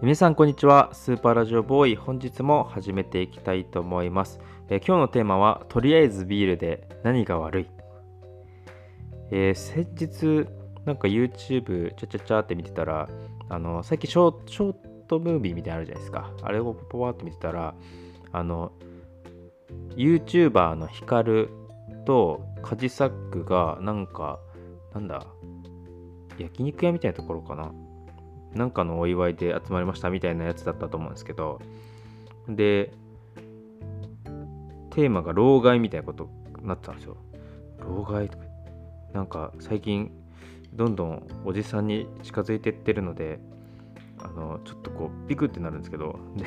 皆さんこんにちは。スーパーラジオボーイ、本日も始めていきたいと思います。今日のテーマはとりあえずビールで何が悪い。先日なんか YouTube チャチャチャって見てたら、最近ショートムービーみたいなのあるじゃないですか。あれをポワーって見てたら、YouTuber のヒカルとカジサックが焼肉屋みたいなところかな、なんかのお祝いで集まりましたみたいなやつだったと思うんですけど、でテーマが老害みたいなことになってたんですよ。老害とか、なんか最近どんどんおじさんに近づいてってるので、ちょっとこうビクってなるんですけど、で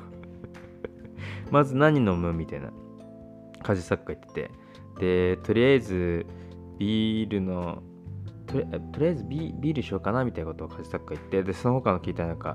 まず何飲むみたいなカジサックが言ってて、でとりあえずビールのとりあえずビールしようかなみたいなことをカジサックが言って、でその他の聞いたらフ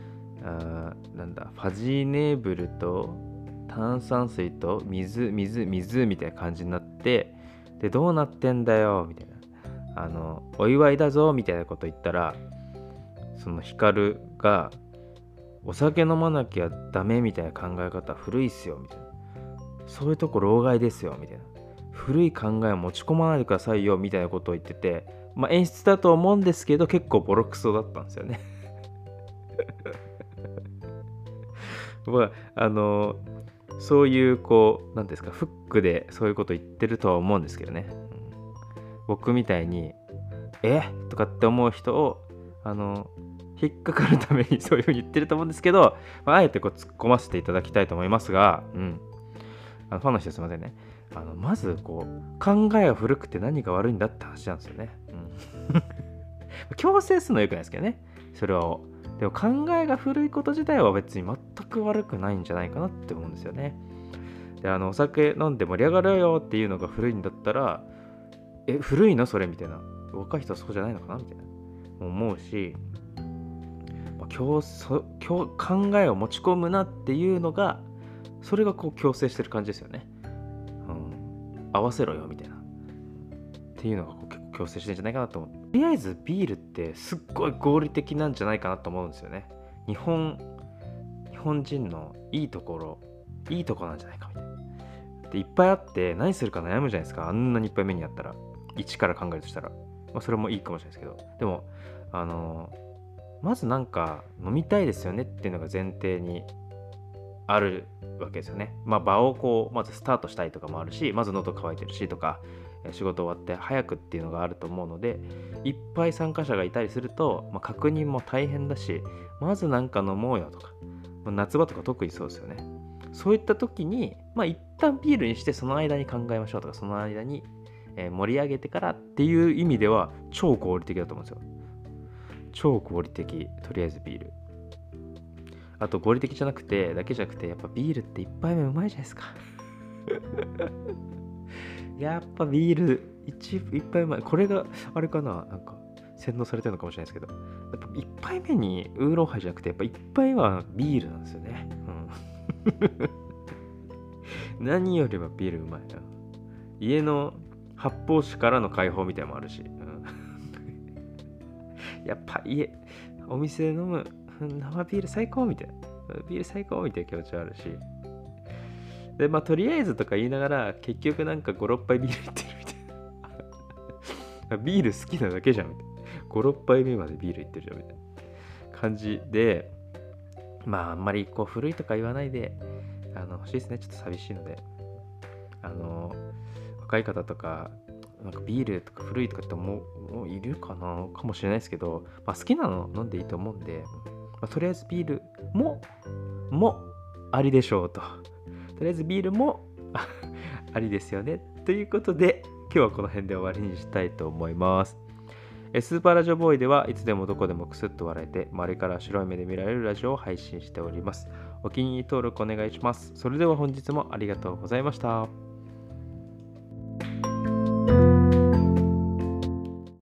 ァジーネーブルと炭酸水と水みたいな感じになって、でどうなってんだよみたいな、お祝いだぞみたいなこと言ったら、そのヒカルがお酒飲まなきゃダメみたいな考え方古いっすよみたいな、そういうとこ老害ですよみたいな、古い考えを持ち込まないでくださいよみたいなことを言ってて、演出だと思うんですけど結構ボロクソだったんですよねそういうなんですか、フックでそういうこと言ってるとは思うんですけどね、僕みたいにとかって思う人を引っかかるためにそういうふうに言ってると思うんですけど、あえて突っ込ませていただきたいと思いますが、ファンの人すいませんね。まず考えが古くて何が悪いんだって話なんですよね。強制するのは良くないですけどね、それを。でも考えが古いこと自体は別に全く悪くないんじゃないかなって思うんですよね。でお酒飲んで盛り上がるよっていうのが古いんだったら、古いのそれみたいな、若い人はそうじゃないのかなみたいな思うし、考えを持ち込むなっていうのが、それが強制してる感じですよね。合わせろよみたいなっていうのが結構強制してるんじゃないかなと思う。とりあえずビールってすっごい合理的なんじゃないかなと思うんですよね。日本人のいいとこなんじゃないかみたいな。でいっぱいあって何するか悩むじゃないですか。あんなにいっぱい目にあったら、一から考えるとしたら、それもいいかもしれないですけど、でもまず飲みたいですよねっていうのが前提にあるわけですよね。場をまずスタートしたいとかもあるし、まず喉乾いてるしとか、仕事終わって早くっていうのがあると思うので、いっぱい参加者がいたりすると、確認も大変だし、まず飲もうよとか、夏場とか特にそうですよね。そういった時に、一旦ビールにしてその間に考えましょうとか、その間に盛り上げてからっていう意味では超合理的だと思うんですよ。超合理的。とりあえずビール。あと合理的じゃなくてだけじゃなくて、やっぱビールって一杯目うまいじゃないですかやっぱビール一杯目、これがあれかな、洗脳されてるのかもしれないですけど、やっぱ一杯目にウーロンハイじゃなくて、やっぱ一杯はビールなんですよね。何よりもビールうまいな。家の発泡酒からの解放みたいなのもあるし、やっぱお店で飲む生ビール最高みたいな、ビール最高みたいな気持ちはあるし、でとりあえずとか言いながら結局5、6杯ビールいってるみたいなビール好きなだけじゃんみたいな、5、6杯目までビールいってるじゃんみたいな感じで、あんまり古いとか言わないで欲しいですね。ちょっと寂しいので、若い方とかビールとか古いとかってもういるかもしれないですけど、好きなの飲んでいいと思うんで、とりあえずビールもありでしょうと。とりあえずビールもありですよね。ということで、今日はこの辺で終わりにしたいと思います。スーパーラジオボーイではいつでもどこでもクスッと笑えて、周りから白い目で見られるラジオを配信しております。お気に入り登録お願いします。それでは本日もありがとうございました。